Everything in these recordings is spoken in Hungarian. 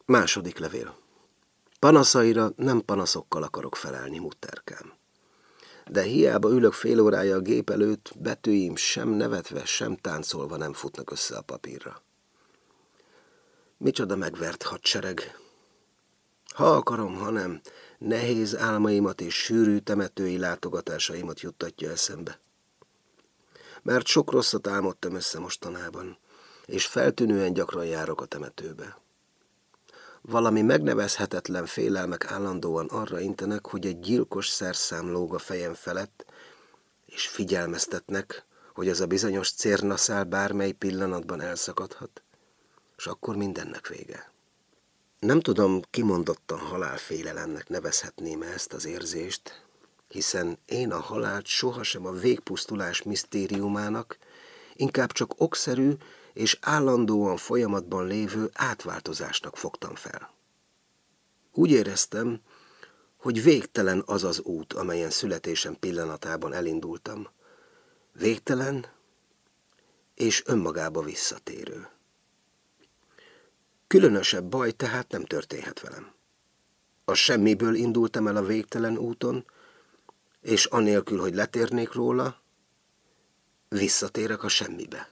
Második levél. Panaszaira nem panaszokkal akarok felelni, Mutterkám. De hiába ülök fél órája a gép előtt, betűim sem nevetve, sem táncolva nem futnak össze a papírra. Micsoda megvert hadsereg. Ha akarom, ha nem, nehéz álmaimat és sűrű temetői látogatásaimat juttatja eszembe. Mert sok rosszat álmodtam össze mostanában, és feltűnően gyakran járok a temetőbe. Valami megnevezhetetlen félelmek állandóan arra intenek, hogy egy gyilkos szerszám lóg a fejem felett, és figyelmeztetnek, hogy az a bizonyos cérnaszál bármely pillanatban elszakadhat, és akkor mindennek vége. Nem tudom, kimondottan halálfélelemnek nevezhetném ezt az érzést, hiszen én a halált sohasem a végpusztulás misztériumának, inkább csak okszerű és állandóan folyamatban lévő átváltozásnak fogtam fel. Úgy éreztem, hogy végtelen az az út, amelyen születésem pillanatában elindultam. Végtelen és önmagába visszatérő. Különösebb baj tehát nem történhet velem. A semmiből indultam el a végtelen úton, és anélkül, hogy letérnék róla, visszatérek a semmibe.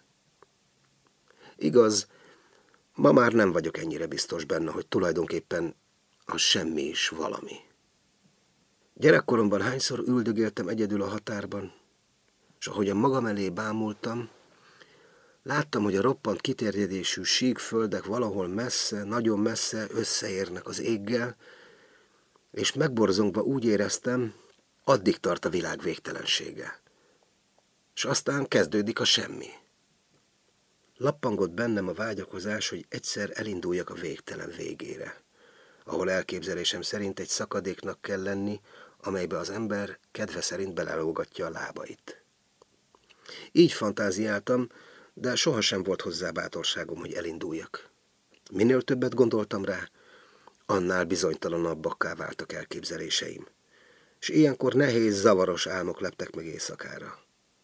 Igaz, ma már nem vagyok ennyire biztos benne, hogy tulajdonképpen a semmi is valami. Gyerekkoromban hányszor üldögéltem egyedül a határban, és ahogyan magam elé bámultam, láttam, hogy a roppant kiterjedésű sík földek valahol messze, nagyon messze összeérnek az éggel, és megborzongva úgy éreztem, addig tart a világ végtelensége. És aztán kezdődik a semmi. Lappangott bennem a vágyakozás, hogy egyszer elinduljak a végtelen végére, ahol elképzelésem szerint egy szakadéknak kell lenni, amelybe az ember kedve szerint belelógatja a lábait. Így fantáziáltam, de sohasem volt hozzá bátorságom, hogy elinduljak. Minél többet gondoltam rá, annál bizonytalanabbakká váltak elképzeléseim, és ilyenkor nehéz, zavaros álmok leptek meg éjszakára.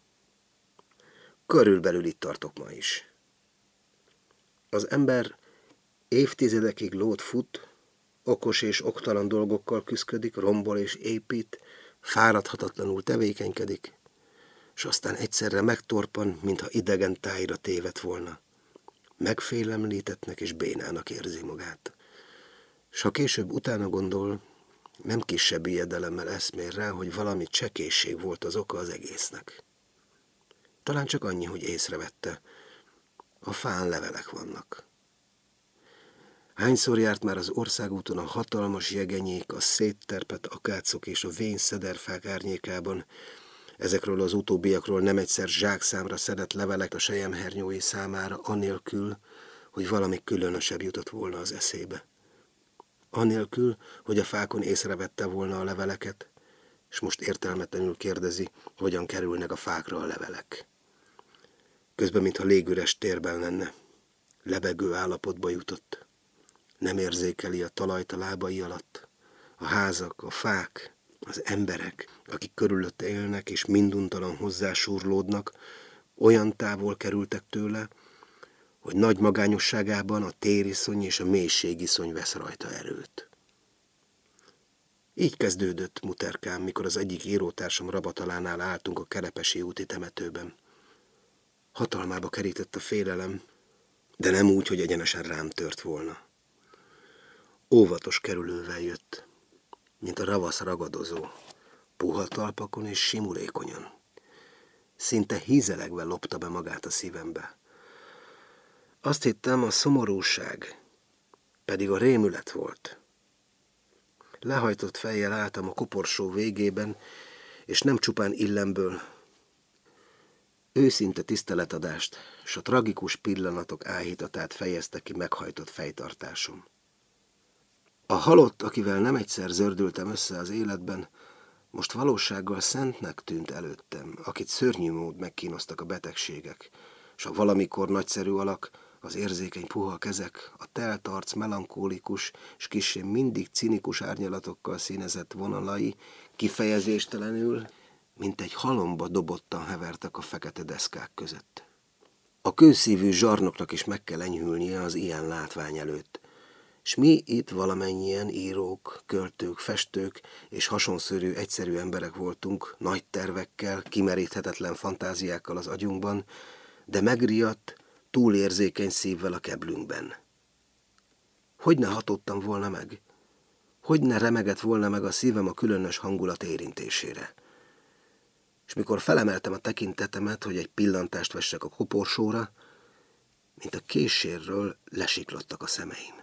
Körülbelül itt tartok ma is. Az ember évtizedekig lót fut, okos és oktalan dolgokkal küszködik, rombol és épít, fáradhatatlanul tevékenykedik, és aztán egyszerre megtorpan, mintha idegen tájra tévedt volna. Megfélemlítettnek és bénának érzi magát. S ha később utána gondol, nem kisebb ijedelemmel eszmél rá, hogy valami csekészség volt az oka az egésznek. Talán csak annyi, hogy észrevette, a fán levelek vannak. Hányszor járt már az országúton a hatalmas jegenyék, a szétterpett akácok és a vén szederfák árnyékában, ezekről az utóbbiakról nem egyszer zsákszámra szedett levelek a selyemhernyói számára, anélkül, hogy valami különösebb jutott volna az eszébe. Anélkül, hogy a fákon észrevette volna a leveleket, és most értelmetlenül kérdezi, hogyan kerülnek a fákra a levelek. Közben, mintha légüres térben lenne, lebegő állapotba jutott. Nem érzékeli a talajt a lábai alatt. A házak, a fák, az emberek, akik körülötte élnek és minduntalan hozzásúrlódnak, olyan távol kerültek tőle, hogy nagy magányosságában a tériszony és a mélységiszony vesz rajta erőt. Így kezdődött, Mutterkám, mikor az egyik írótársam Rabatalánál álltunk a Kerepesi úti temetőben. Hatalmába kerített a félelem, de nem úgy, hogy egyenesen rám tört volna. Óvatos kerülővel jött, mint a ravasz ragadozó, puha talpakon és simulékonyan. Szinte hízelegve lopta be magát a szívembe. Azt hittem, a szomorúság pedig a rémület volt. Lehajtott fejjel álltam a koporsó végében, és nem csupán illemből, őszinte tiszteletadást és a tragikus pillanatok áhítatát fejezte ki meghajtott fejtartásom. A halott, akivel nem egyszer zördültem össze az életben, most valósággal szentnek tűnt előttem, akit szörnyű mód megkínoztak a betegségek, és a valamikor nagyszerű alak, az érzékeny puha kezek, a telt arc melankólikus és kissé mindig cinikus árnyalatokkal színezett vonalai kifejezéstelenül, mint egy halomba dobottan hevertek a fekete deszkák között. A kőszívű zsarnoknak is meg kell enyhülnie az ilyen látvány előtt, S mi itt valamennyien írók, költők, festők és hasonszörű egyszerű emberek voltunk, nagy tervekkel, kimeríthetetlen fantáziákkal az agyunkban, de megriadt, túlérzékeny szívvel a keblünkben. Hogy ne hatottam volna meg? Hogy ne remegett volna meg a szívem a különös hangulat érintésére? És mikor felemeltem a tekintetemet, hogy egy pillantást vessek a koporsóra, mint a késsérről lesiklottak a szemeim.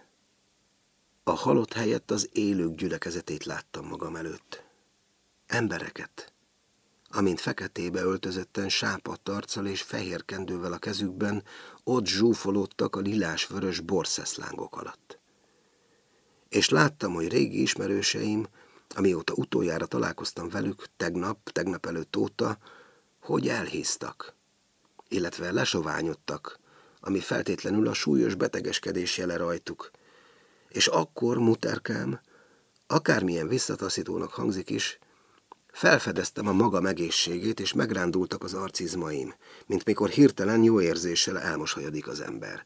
A halott helyett az élők gyülekezetét láttam magam előtt. Embereket, amint feketébe öltözötten sápadt arccal és fehér kendővel a kezükben, ott zsúfolódtak a lilás-vörös borszeszlángok alatt. És láttam, hogy régi ismerőseim, amióta utoljára találkoztam velük, tegnap előtt óta, hogy elhíztak, illetve lesoványodtak, ami feltétlenül a súlyos betegeskedés jele rajtuk. És akkor, muterkám, akármilyen visszataszítónak hangzik is, felfedeztem a magam egészségét, és megrándultak az arcizmaim, mint mikor hirtelen jó érzéssel elmosolyodik az ember.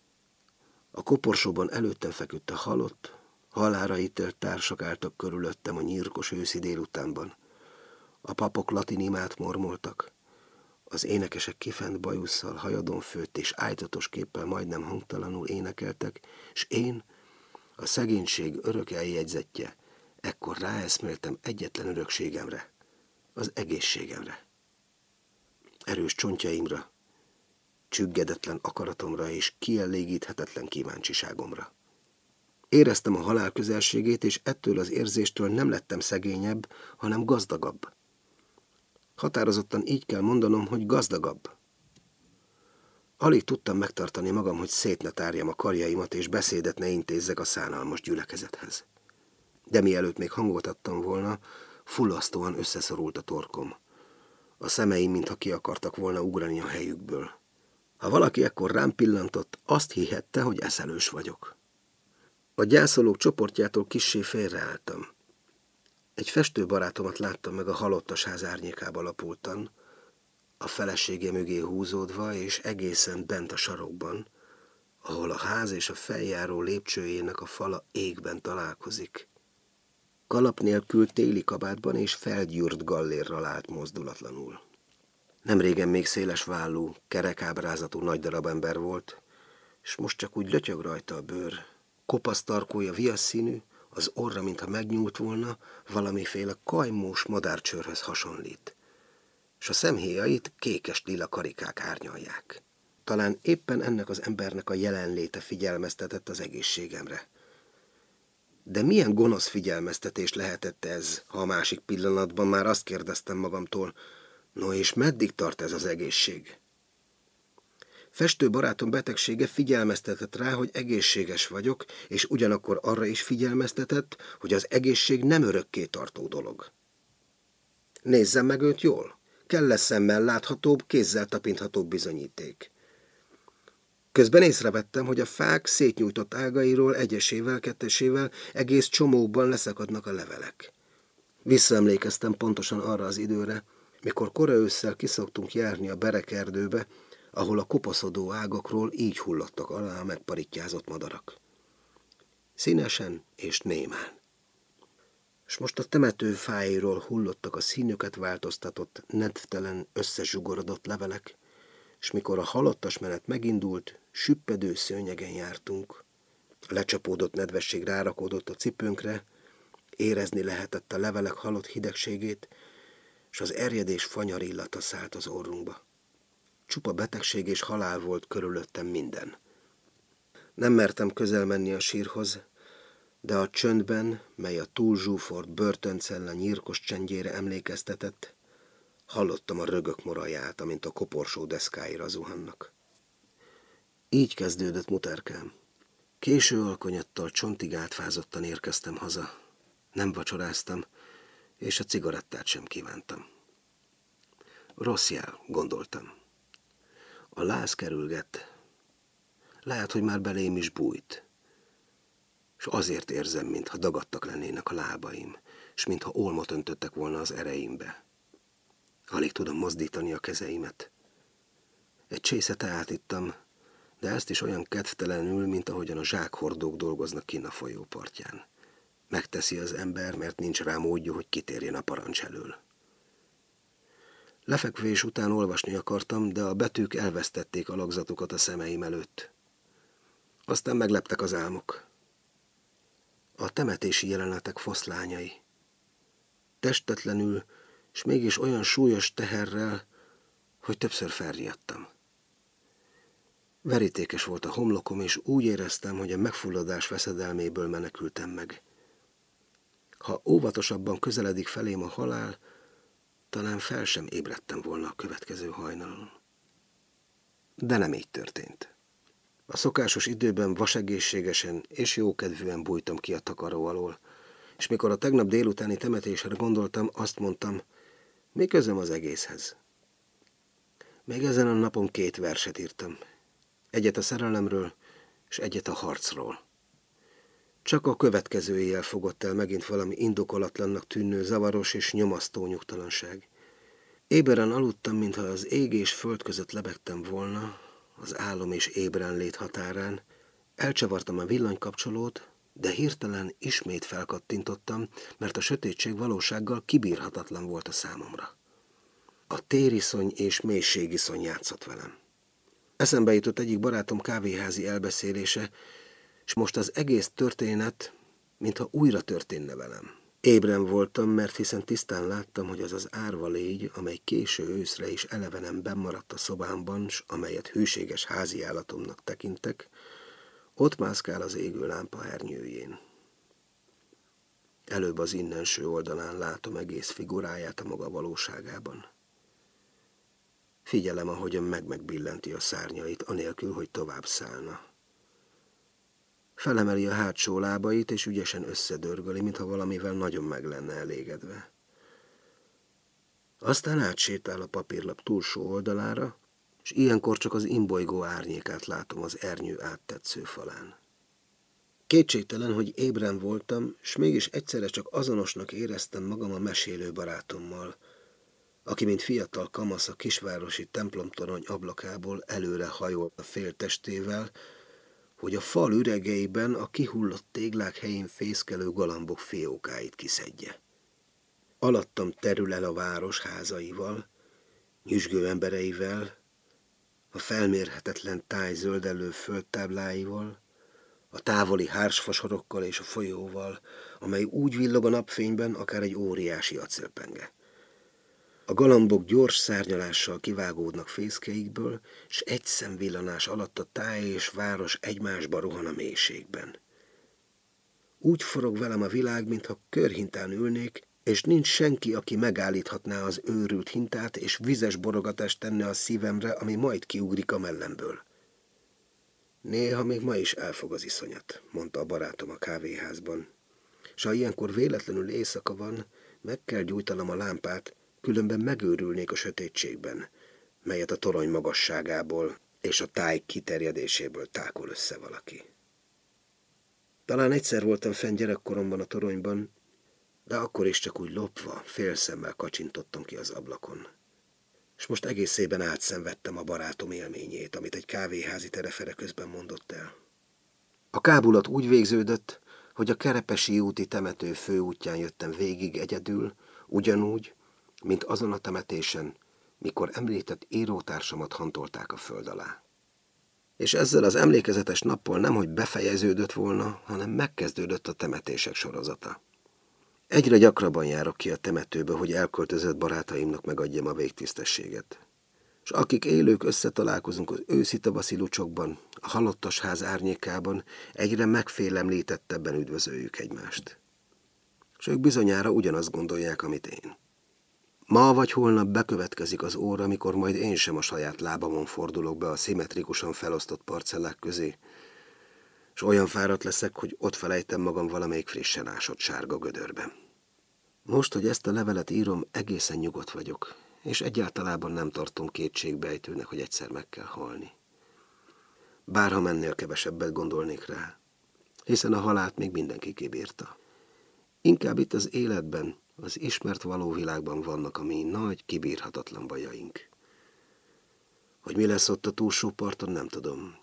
A koporsóban előttem feküdt a halott, halálra ítélt társak álltak körülöttem a nyírkos őszi délutánban. A papok latin imát mormoltak, az énekesek kifent bajusszal, hajadon főtt és ájtatos képpel majdnem hangtalanul énekeltek, s én, a szegénység örök eljegyzetje, ekkor ráeszméltem egyetlen örökségemre, az egészségemre. Erős csontjaimra, csüggedetlen akaratomra és kielégíthetetlen kíváncsiságomra. Éreztem a halál közelségét, és ettől az érzéstől nem lettem szegényebb, hanem gazdagabb. Határozottan így kell mondanom, hogy gazdagabb. Alig tudtam megtartani magam, hogy szét ne tárjam a karjaimat, és beszédet ne intézzek a szánalmas gyülekezethez. De mielőtt még hangot adtam volna, fullasztóan összeszorult a torkom. A szemeim, mintha ki akartak volna ugrani a helyükből. Ha valaki ekkor rám pillantott, azt hihette, hogy eszelős vagyok. A gyászolók csoportjától kissé félreálltam. Egy festőbarátomat láttam meg a halottas ház árnyékába lapultan, a felesége mögé húzódva, és egészen bent a sarokban, ahol a ház és a feljáró lépcsőjének a fala égben találkozik. Kalap nélkül téli kabátban és felgyúrt gallérral állt mozdulatlanul. Nemrégen még széles vállú, kerek ábrázatú nagy darab ember volt, és most csak úgy lötyög rajta a bőr. Kopasz tarkója viasszínű, az orra, mintha megnyúlt volna, valamiféle kajmós madárcsőrhöz hasonlít, és a szemhéjait kékes-lila karikák árnyalják. Talán éppen ennek az embernek a jelenléte figyelmeztetett az egészségemre. De milyen gonosz figyelmeztetés lehetett ez, ha a másik pillanatban már azt kérdeztem magamtól, no és meddig tart ez az egészség? Festő barátom betegsége figyelmeztetett rá, hogy egészséges vagyok, és ugyanakkor arra is figyelmeztetett, hogy az egészség nem örökké tartó dolog. Nézzem meg őt jól. Kell-e szemmel láthatóbb, kézzel tapinthatóbb bizonyíték? Közben észrevettem, hogy a fák szétnyújtott ágairól egyesével, kettesével egész csomókban leszakadnak a levelek. Visszaemlékeztem pontosan arra az időre, mikor kora ősszel kiszoktunk járni a berekerdőbe, ahol a kopaszodó ágakról így hullottak alá a megparittyázott madarak. Színesen és némán. És most a temető fáiról hullottak a színüket változtatott, nedvtelen, összezsugorodott levelek, és mikor a halottas menet megindult, süppedő szőnyegen jártunk. A lecsapódott nedvesség rárakódott a cipőnkre, érezni lehetett a levelek halott hidegségét, és az erjedés fanyar illata szállt az orrunkba. Csupa betegség és halál volt körülöttem minden. Nem mertem közel menni a sírhoz, de a csöndben, mely a túlzsúfolt börtöncella nyírkos csendjére emlékeztetett, hallottam a rögök moraját, amint a koporsó deszkáira zuhannak. Így kezdődött, muterkám. Késő alkonyattal csontig átfázottan érkeztem haza. Nem vacsoráztam, és a cigarettát sem kívántam. Rossz jel, gondoltam. A láz kerülget. Lehet, hogy már belém is bújt. És azért érzem, mintha dagadtak lennének a lábaim, és mintha olmot öntöttek volna az ereimbe. Alig tudom mozdítani a kezeimet. Egy csésze teát ittam, de ezt is olyan kedvtelenül, mint ahogyan a zsákhordók dolgoznak kinn a folyó partján. Megteszi az ember, mert nincs rá módja, hogy kitérjen a parancs elől. Lefekvés után olvasni akartam, de a betűk elvesztették alakzatukat a szemeim előtt. Aztán megleptek az álmok. A temetési jelenetek foszlányai. Testetlenül, és mégis olyan súlyos teherrel, hogy többször felriadtam. Verítékes volt a homlokom, és úgy éreztem, hogy a megfulladás veszedelméből menekültem meg. Ha óvatosabban közeledik felém a halál, talán fel sem ébredtem volna a következő hajnalon. De nem így történt. A szokásos időben vasegészségesen és jókedvűen bújtam ki a takaró alól, és mikor a tegnap délutáni temetésre gondoltam, azt mondtam, mi közöm az egészhez. Még ezen a napon 2 verset írtam. Egyet a szerelemről, és egyet a harcról. Csak a következő éjjel fogott el megint valami indokolatlannak tűnő zavaros és nyomasztó nyugtalanság. Éberen aludtam, mintha az ég és föld között lebegtem volna, az álom és ébrenlét határán. Elcsavartam a villanykapcsolót, de hirtelen ismét felkattintottam, mert a sötétség valósággal kibírhatatlan volt a számomra. A tériszony és mélységiszony játszott velem. Eszembe jutott egyik barátom kávéházi elbeszélése, és most az egész történet, mintha újra történne velem. Ébren voltam, mert hiszen tisztán láttam, hogy az az árva légy, amely késő őszre is elevenen bennmaradt a szobámban, s amelyet hűséges háziállatomnak tekintek, ott mászkál az égő lámpa ernyőjén. Előbb az innenső oldalán látom egész figuráját a maga valóságában. Figyelem, ahogyan megbillenti a szárnyait, anélkül, hogy tovább szállna. Felemeli a hátsó lábait, és ügyesen összedörgöli, mintha valamivel nagyon meg lenne elégedve. Aztán átsétál a papírlap túlsó oldalára, és ilyenkor csak az imbolygó árnyékát látom az ernyő áttetsző falán. Kétségtelen, hogy ébren voltam, s mégis egyszerre csak azonosnak éreztem magam a mesélő barátommal, aki mint fiatal kamasz a kisvárosi templomtorony ablakából előre hajolt a féltestével, hogy a fal üregeiben a kihullott téglák helyén fészkelő galambok fiókáit kiszedje. Alattam terül el a város házaival, nyüzsgő embereivel, a felmérhetetlen táj zöldellő földtábláival, a távoli hársfasorokkal és a folyóval, amely úgy villog a napfényben, akár egy óriási acélpenge. A galambok gyors szárnyalással kivágódnak fészkeikből, s egy szemvillanás alatt a táj és város egymásba rohan a mélységben. Úgy forog velem a világ, mintha körhintán ülnék, és nincs senki, aki megállíthatná az őrült hintát, és vizes borogatást tenne a szívemre, ami majd kiugrik a mellemből. Néha még ma is elfog az iszonyat, mondta a barátom a kávéházban. S ha ilyenkor véletlenül éjszaka van, meg kell gyújtanom a lámpát, különben megőrülnék a sötétségben, melyet a torony magasságából és a táj kiterjedéséből tákol össze valaki. Talán egyszer voltam fenn gyerekkoromban a toronyban, de akkor is csak úgy lopva, félszemmel kacsintottam ki az ablakon. És most egészében átszenvedtem a barátom élményét, amit egy kávéházi terefere közben mondott el. A kábulat úgy végződött, hogy a Kerepesi úti temető főútján jöttem végig egyedül, ugyanúgy, mint azon a temetésen, mikor említett írótársamat hantolták a föld alá. És ezzel az emlékezetes nappal nemhogy befejeződött volna, hanem megkezdődött a temetések sorozata. Egyre gyakrabban járok ki a temetőbe, hogy elköltözött barátaimnak megadjam a végtisztességet. És akik élők összetalálkozunk az őszi-tavaszi lucsokban, a halottas ház árnyékában, egyre megfélemlítettebben üdvözöljük egymást. És ők bizonyára ugyanazt gondolják, amit én. Ma vagy holnap bekövetkezik az óra, amikor majd én sem a saját lábamon fordulok be a szimmetrikusan felosztott parcellák közé, és olyan fáradt leszek, hogy ott felejtem magam valamelyik frissen ásott sárga gödörben. Most, hogy ezt a levelet írom, egészen nyugodt vagyok, és egyáltalában nem tartom kétségbejtőnek, hogy egyszer meg kell halni. Bárha mennél kevesebbet gondolnék rá, hiszen a halált még mindenki kibírta. Inkább itt az életben, az ismert való világban vannak a mi nagy, kibírhatatlan bajaink. Hogy mi lesz ott a túlsó parton, nem tudom.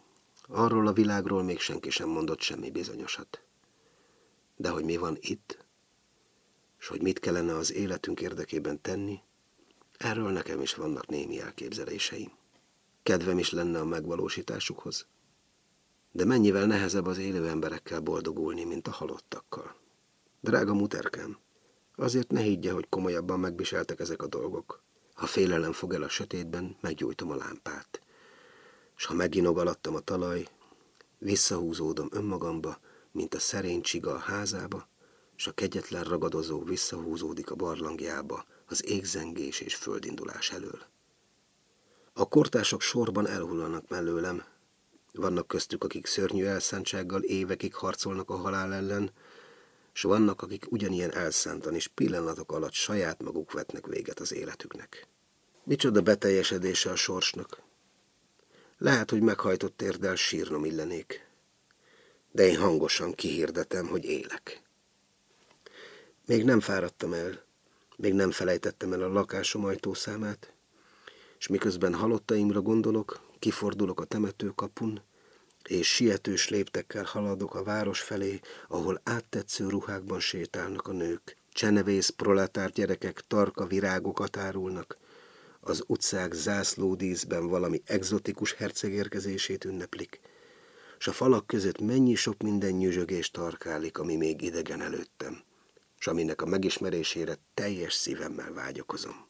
Arról a világról még senki sem mondott semmi bizonyosat. De hogy mi van itt, és hogy mit kellene az életünk érdekében tenni, erről nekem is vannak némi elképzeléseim. Kedvem is lenne a megvalósításukhoz, de mennyivel nehezebb az élő emberekkel boldogulni, mint a halottakkal. Drága muterkám, azért ne higgye, hogy komolyabban megviseltek ezek a dolgok. Ha félelem fog el a sötétben, meggyújtom a lámpát. S ha meginog alattam a talaj, visszahúzódom önmagamba, mint a szerény csiga a házába, s a kegyetlen ragadozó visszahúzódik a barlangjába az égzengés és földindulás elől. A kortársak sorban elhullanak mellőlem. Vannak köztük, akik szörnyű elszántsággal évekig harcolnak a halál ellen, s vannak, akik ugyanilyen elszántan és pillanatok alatt saját maguk vetnek véget az életüknek. Micsoda beteljesedése a sorsnak. Lehet, hogy meghajtott térdel sírnom illenék, de én hangosan kihirdetem, hogy élek. Még nem fáradtam el, még nem felejtettem el a lakásom ajtószámát, és miközben halottaimra gondolok, kifordulok a temetőkapun, és sietős léptekkel haladok a város felé, ahol áttetsző ruhákban sétálnak a nők, csenevész proletár gyerekek tarka virágokat árulnak, az utcák zászlódíszben valami egzotikus herceg érkezését ünneplik, s a falak között mennyi sok minden nyüzsögés tarkálik, ami még idegen előttem, s aminek a megismerésére teljes szívemmel vágyakozom.